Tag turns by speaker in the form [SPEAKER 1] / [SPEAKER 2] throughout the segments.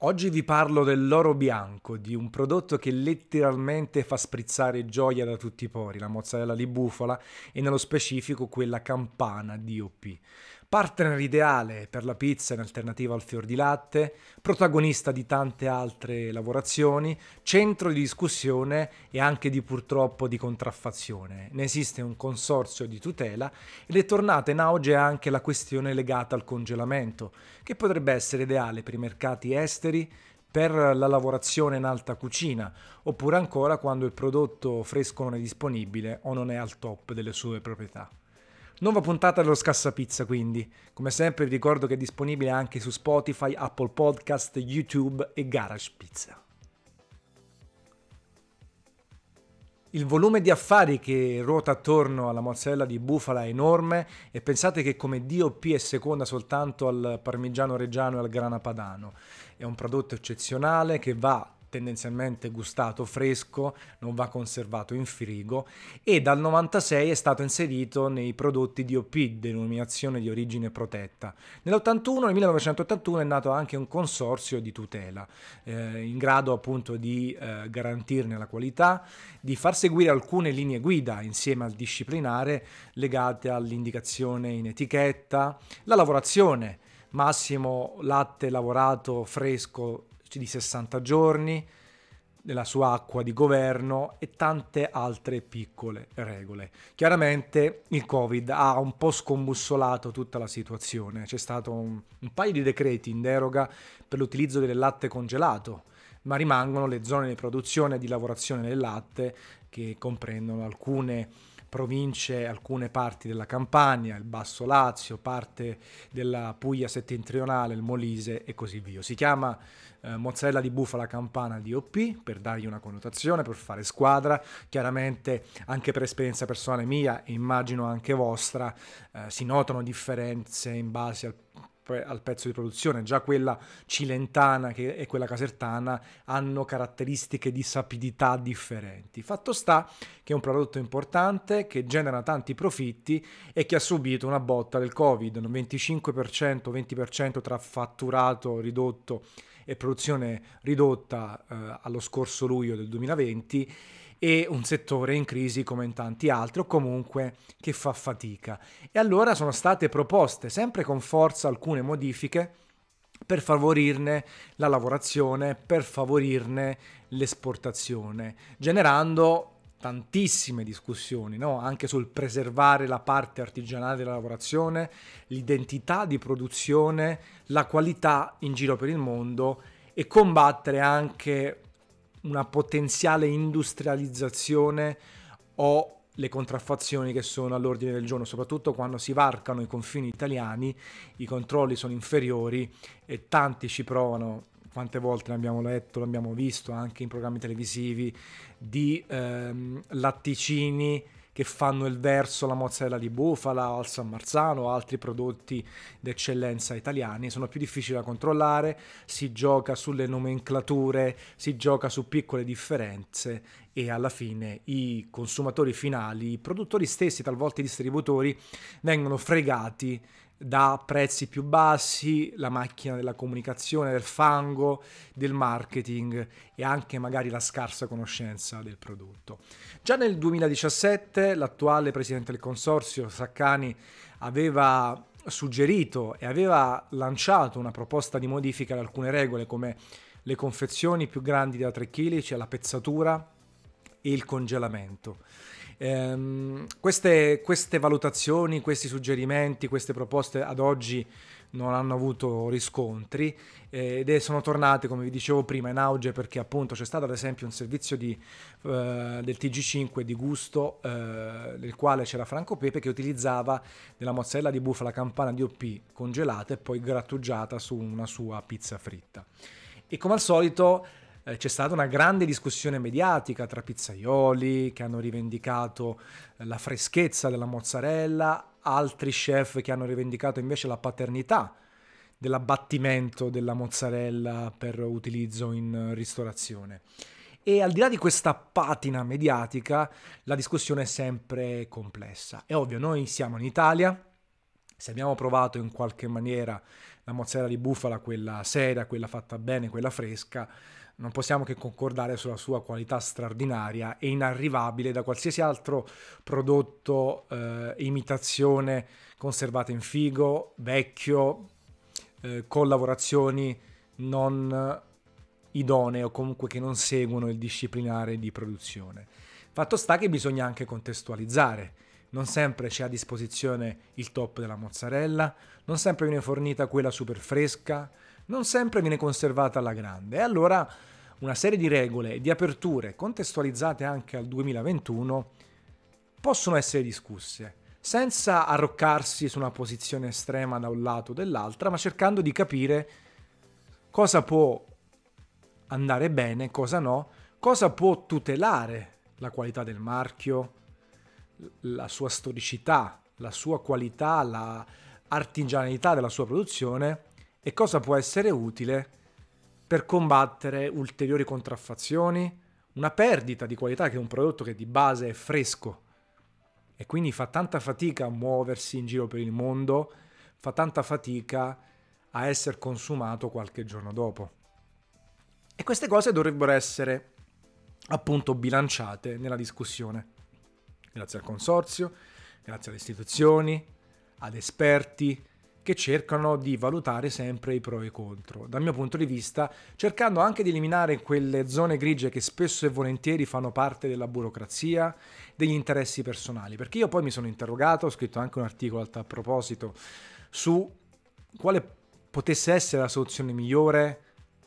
[SPEAKER 1] Oggi vi parlo dell'oro bianco, di un prodotto che letteralmente fa sprizzare gioia da tutti i pori, la mozzarella di bufala e nello specifico quella campana DOP. Partner ideale per la pizza in alternativa al fior di latte, protagonista di tante altre lavorazioni, centro di discussione e anche di purtroppo di contraffazione. Ne esiste un consorzio di tutela ed è tornata in auge anche la questione legata al congelamento, che potrebbe essere ideale per i mercati esteri, per la lavorazione in alta cucina, oppure ancora quando il prodotto fresco non è disponibile o non è al top delle sue proprietà. Nuova puntata dello Scassapizza quindi. Come sempre vi ricordo che è disponibile anche su Spotify, Apple Podcast, YouTube e Garage Pizza. Il volume di affari che ruota attorno alla mozzarella di bufala è enorme e pensate che come DOP è seconda soltanto al parmigiano reggiano e al grana padano. È un prodotto eccezionale che va tendenzialmente gustato fresco, non va conservato in frigo e dal 96 è stato inserito nei prodotti DOP, denominazione di origine protetta. Nel 1981 è nato anche un consorzio di tutela in grado appunto di garantirne la qualità, di far seguire alcune linee guida insieme al disciplinare legate all'indicazione in etichetta, la lavorazione, massimo latte lavorato fresco di 60 giorni, della sua acqua di governo e tante altre piccole regole. Chiaramente il Covid ha un po' scombussolato tutta la situazione, c'è stato un paio di decreti in deroga per l'utilizzo del latte congelato, ma rimangono le zone di produzione e di lavorazione del latte che comprendono alcune province, alcune parti della Campania, il Basso Lazio, parte della Puglia settentrionale, il Molise e così via. Si chiama mozzarella di bufala campana DOP per dargli una connotazione, per fare squadra. Chiaramente anche per esperienza personale mia e immagino anche vostra si notano differenze in base al pezzo di produzione. Già quella cilentana e quella casertana hanno caratteristiche di sapidità differenti. Fatto sta che è un prodotto importante, che genera tanti profitti e che ha subito una botta del Covid, un 25%, 20% tra fatturato ridotto e produzione ridotta allo scorso luglio del 2020 e un settore in crisi come in tanti altri o comunque che fa fatica. E allora sono state proposte sempre con forza alcune modifiche per favorirne la lavorazione, per favorirne l'esportazione, generando tantissime discussioni, no? Anche sul preservare la parte artigianale della lavorazione, l'identità di produzione, la qualità in giro per il mondo e combattere anche una potenziale industrializzazione o le contraffazioni che sono all'ordine del giorno, soprattutto quando si varcano i confini italiani, i controlli sono inferiori e tanti ci provano. Quante volte l'abbiamo letto, l'abbiamo visto anche in programmi televisivi di latticini che fanno il verso alla mozzarella di bufala, al San Marzano o altri prodotti d'eccellenza italiani. Sono più difficili da controllare, si gioca sulle nomenclature, si gioca su piccole differenze e alla fine i consumatori finali, i produttori stessi, talvolta i distributori, vengono fregati da prezzi più bassi, la macchina della comunicazione, del fango, del marketing e anche magari la scarsa conoscenza del prodotto. Già nel 2017 l'attuale presidente del consorzio, Saccani, aveva suggerito e aveva lanciato una proposta di modifica ad alcune regole come le confezioni più grandi da 3 kg, cioè la pezzatura e il congelamento. Queste valutazioni, questi suggerimenti, queste proposte ad oggi non hanno avuto riscontri ed sono tornate, come vi dicevo prima, in auge perché appunto c'è stato ad esempio un servizio del TG5 di gusto nel quale c'era Franco Pepe che utilizzava della mozzarella di bufala campana DOP congelata e poi grattugiata su una sua pizza fritta. E come al solito c'è stata una grande discussione mediatica tra pizzaioli che hanno rivendicato la freschezza della mozzarella, altri chef che hanno rivendicato invece la paternità dell'abbattimento della mozzarella per utilizzo in ristorazione. E al di là di questa patina mediatica, la discussione è sempre complessa. È ovvio, noi siamo in Italia, Se abbiamo provato in qualche maniera la mozzarella di bufala, quella seria, quella fatta bene, quella fresca, non possiamo che concordare sulla sua qualità straordinaria e inarrivabile da qualsiasi altro prodotto imitazione conservata in figo, vecchio, con lavorazioni non idonee o comunque che non seguono il disciplinare di produzione. Fatto sta che bisogna anche contestualizzare. Non sempre c'è a disposizione il top della mozzarella, non sempre viene fornita quella super fresca, non sempre viene conservata alla grande. E allora una serie di regole e di aperture contestualizzate anche al 2021 possono essere discusse, senza arroccarsi su una posizione estrema da un lato o dall'altra, ma cercando di capire cosa può andare bene, cosa no, cosa può tutelare la qualità del marchio, la sua storicità, la sua qualità, la artigianalità della sua produzione e cosa può essere utile per combattere ulteriori contraffazioni, una perdita di qualità che è un prodotto che di base è fresco e quindi fa tanta fatica a muoversi in giro per il mondo, fa tanta fatica a essere consumato qualche giorno dopo. E queste cose dovrebbero essere appunto bilanciate nella discussione, grazie al consorzio, grazie alle istituzioni, ad esperti che cercano di valutare sempre i pro e i contro. Dal mio punto di vista, cercando anche di eliminare quelle zone grigie che spesso e volentieri fanno parte della burocrazia, degli interessi personali. Perché io poi mi sono interrogato, ho scritto anche un articolo a tal proposito, su quale potesse essere la soluzione migliore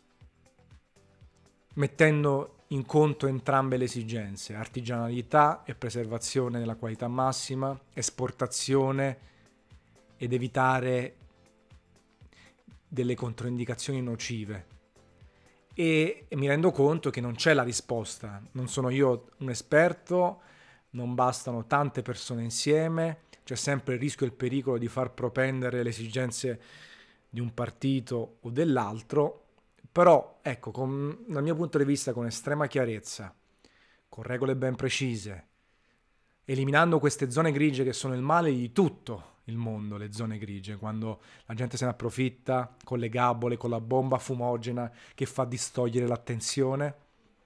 [SPEAKER 1] mettendo in conto entrambe le esigenze, artigianalità e preservazione della qualità massima, esportazione ed evitare delle controindicazioni nocive. E mi rendo conto che non c'è la risposta, non sono io un esperto, non bastano tante persone insieme, c'è sempre il rischio e il pericolo di far propendere le esigenze di un partito o dell'altro, però ecco, dal mio punto di vista con estrema chiarezza, con regole ben precise, eliminando queste zone grigie che sono il male di tutto il mondo, le zone grigie, quando la gente se ne approfitta con le gabole, con la bomba fumogena che fa distogliere l'attenzione.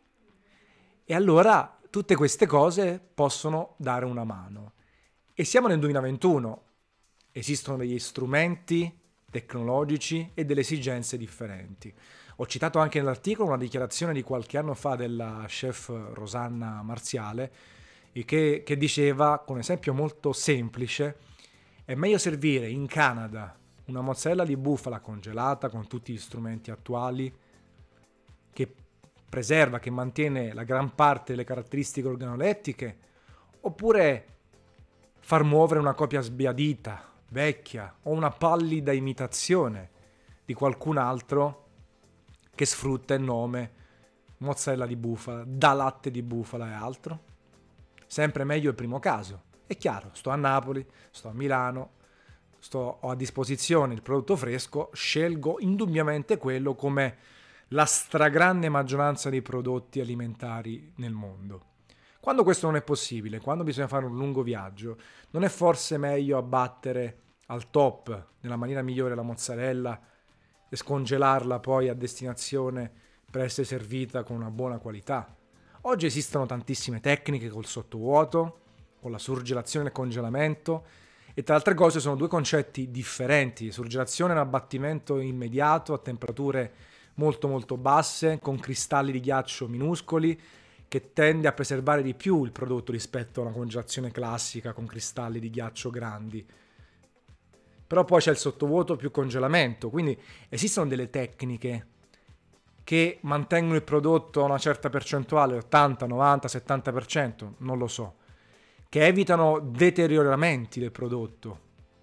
[SPEAKER 1] E allora tutte queste cose possono dare una mano. E siamo nel 2021, esistono degli strumenti tecnologici e delle esigenze differenti. Ho citato anche nell'articolo una dichiarazione di qualche anno fa della chef Rosanna Marziale che diceva, con un esempio molto semplice, è meglio servire in Canada una mozzarella di bufala congelata con tutti gli strumenti attuali che preserva, che mantiene la gran parte delle caratteristiche organolettiche, oppure far muovere una copia sbiadita, vecchia o una pallida imitazione di qualcun altro che sfrutta il nome mozzarella di bufala, da latte di bufala e altro. Sempre meglio il primo caso. È chiaro, sto a Napoli, sto a Milano, ho a disposizione il prodotto fresco, scelgo indubbiamente quello come la stragrande maggioranza dei prodotti alimentari nel mondo. Quando questo non è possibile, quando bisogna fare un lungo viaggio, non è forse meglio abbattere al top, nella maniera migliore, la mozzarella e scongelarla poi a destinazione per essere servita con una buona qualità? Oggi esistono tantissime tecniche col sottovuoto, con la surgelazione e il congelamento, e tra altre cose sono due concetti differenti. Surgelazione è un abbattimento immediato a temperature molto molto basse, con cristalli di ghiaccio minuscoli, che tende a preservare di più il prodotto rispetto a una congelazione classica con cristalli di ghiaccio grandi. Però poi c'è il sottovuoto più congelamento, quindi esistono delle tecniche che mantengono il prodotto a una certa percentuale, 80, 90, 70%, non lo so, che evitano deterioramenti del prodotto,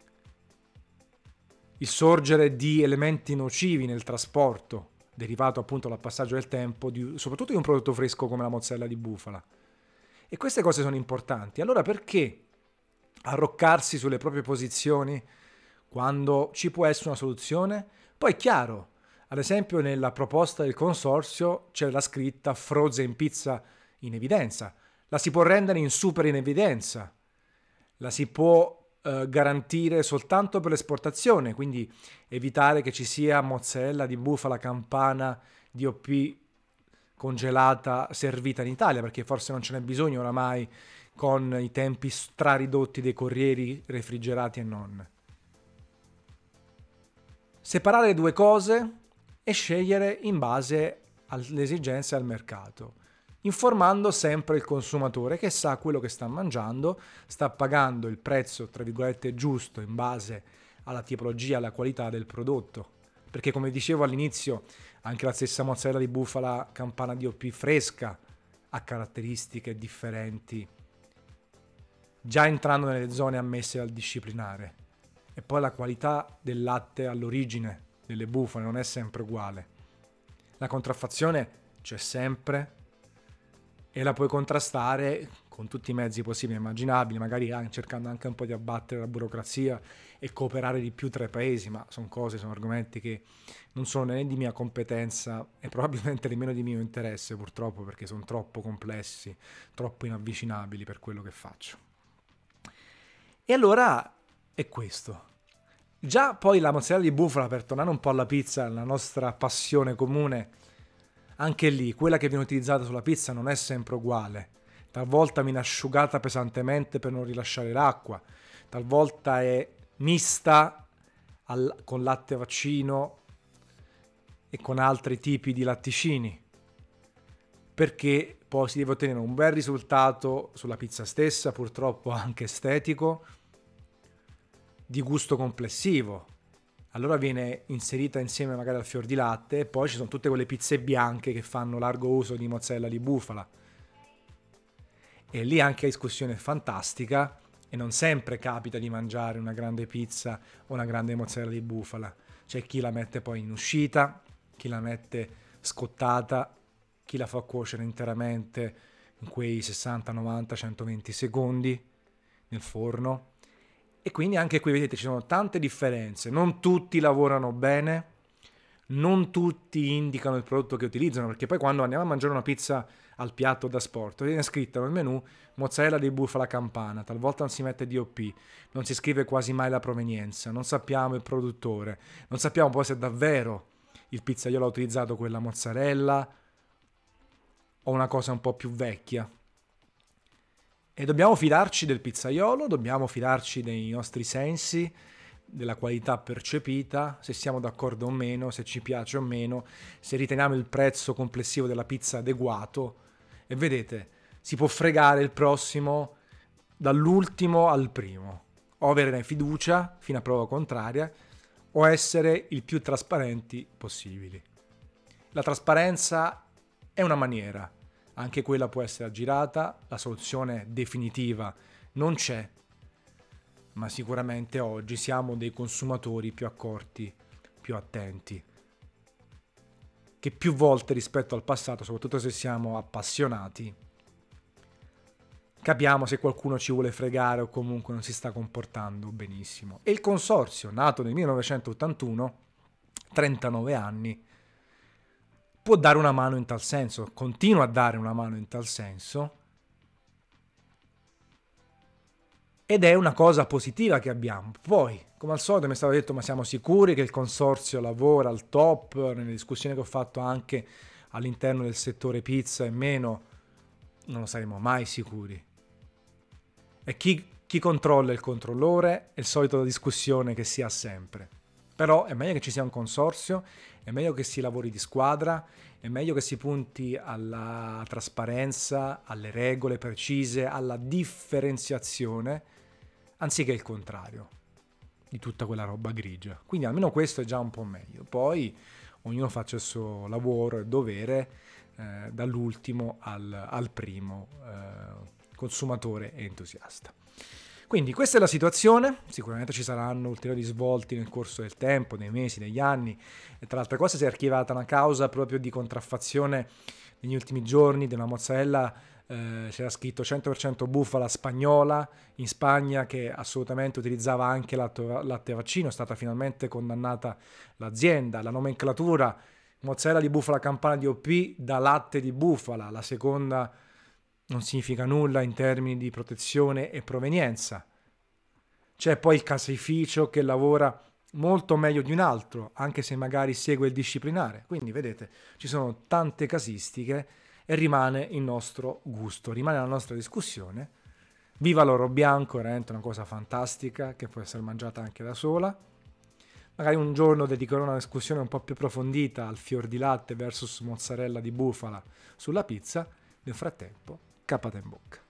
[SPEAKER 1] il sorgere di elementi nocivi nel trasporto, derivato appunto dal passaggio del tempo, soprattutto di un prodotto fresco come la mozzarella di bufala. E queste cose sono importanti. Allora perché arroccarsi sulle proprie posizioni quando ci può essere una soluzione? Poi è chiaro, ad esempio nella proposta del consorzio c'è la scritta frozen pizza in evidenza, la si può rendere in super in evidenza, la si può garantire soltanto per l'esportazione, quindi evitare che ci sia mozzarella di bufala campana DOP congelata servita in Italia, perché forse non ce n'è bisogno oramai con i tempi straridotti dei corrieri refrigerati e non. Separare le due cose e scegliere in base alle esigenze del mercato, informando sempre il consumatore che sa quello che sta mangiando, sta pagando il prezzo, tra virgolette, giusto in base alla tipologia, alla qualità del prodotto. Perché come dicevo all'inizio, anche la stessa mozzarella di bufala campana DOP fresca ha caratteristiche differenti, già entrando nelle zone ammesse dal disciplinare. E poi la qualità del latte all'origine delle bufale non è sempre uguale. La contraffazione c'è sempre e la puoi contrastare con tutti i mezzi possibili e immaginabili, magari cercando anche un po' di abbattere la burocrazia e cooperare di più tra i paesi, ma sono argomenti che non sono né di mia competenza e probabilmente nemmeno di mio interesse, purtroppo, perché sono troppo complessi, troppo inavvicinabili per quello che faccio. E allora è questo. Già poi la mozzarella di bufala, per tornare un po' alla pizza, la nostra passione comune, anche lì, quella che viene utilizzata sulla pizza non è sempre uguale. Talvolta viene asciugata pesantemente per non rilasciare l'acqua, talvolta è mista con latte vaccino e con altri tipi di latticini, perché poi si deve ottenere un bel risultato sulla pizza stessa, purtroppo anche estetico, di gusto complessivo. Allora viene inserita insieme magari al fior di latte e poi ci sono tutte quelle pizze bianche che fanno largo uso di mozzarella di bufala. E lì anche la discussione è fantastica e non sempre capita di mangiare una grande pizza o una grande mozzarella di bufala. C'è chi la mette poi in uscita, chi la mette scottata, chi la fa cuocere interamente in quei 60, 90, 120 secondi nel forno. E quindi anche qui vedete ci sono tante differenze, non tutti lavorano bene, non tutti indicano il prodotto che utilizzano, perché poi quando andiamo a mangiare una pizza al piatto da sport viene scritto nel menù mozzarella di bufala campana, talvolta non si mette DOP, non si scrive quasi mai la provenienza, non sappiamo il produttore, non sappiamo poi se davvero il pizzaiolo ha utilizzato quella mozzarella o una cosa un po' più vecchia. E dobbiamo fidarci del pizzaiolo, dobbiamo fidarci dei nostri sensi, della qualità percepita, se siamo d'accordo o meno, se ci piace o meno, se riteniamo il prezzo complessivo della pizza adeguato. E vedete, si può fregare il prossimo dall'ultimo al primo, o avere fiducia fino a prova contraria, o essere il più trasparenti possibili. La trasparenza è una maniera, anche quella può essere aggirata, la soluzione definitiva non c'è, ma sicuramente oggi siamo dei consumatori più accorti, più attenti, che più volte rispetto al passato, soprattutto se siamo appassionati, capiamo se qualcuno ci vuole fregare o comunque non si sta comportando benissimo. E il consorzio, nato nel 1981, 39 anni, può dare una mano in tal senso, continua a dare una mano in tal senso, ed è una cosa positiva che abbiamo. Poi, come al solito mi è stato detto, ma siamo sicuri che il consorzio lavora al top? Nelle discussioni che ho fatto anche all'interno del settore pizza e meno, non lo saremo mai sicuri. E chi controlla il controllore è il solito discussione che si ha sempre. Però è meglio che ci sia un consorzio, è meglio che si lavori di squadra, è meglio che si punti alla trasparenza, alle regole precise, alla differenziazione, anziché il contrario di tutta quella roba grigia. Quindi almeno questo è già un po' meglio. Poi ognuno faccia il suo lavoro e dovere, dall'ultimo al primo consumatore e entusiasta. Quindi questa è la situazione, sicuramente ci saranno ulteriori svolti nel corso del tempo, dei mesi, degli anni, e tra le altre cose si è archivata una causa proprio di contraffazione negli ultimi giorni della mozzarella, c'era scritto 100% bufala spagnola in Spagna, che assolutamente utilizzava anche latte vaccino. È stata finalmente condannata l'azienda, la nomenclatura mozzarella di bufala campana DOP da latte di bufala, la seconda non significa nulla in termini di protezione e provenienza. C'è poi il caseificio che lavora molto meglio di un altro, anche se magari segue il disciplinare. Quindi vedete, ci sono tante casistiche e rimane il nostro gusto, rimane la nostra discussione. Viva l'oro bianco, veramente una cosa fantastica che può essere mangiata anche da sola. Magari un giorno dedicherò una discussione un po' più approfondita al fior di latte versus mozzarella di bufala sulla pizza. Nel frattempo, capata in bocca.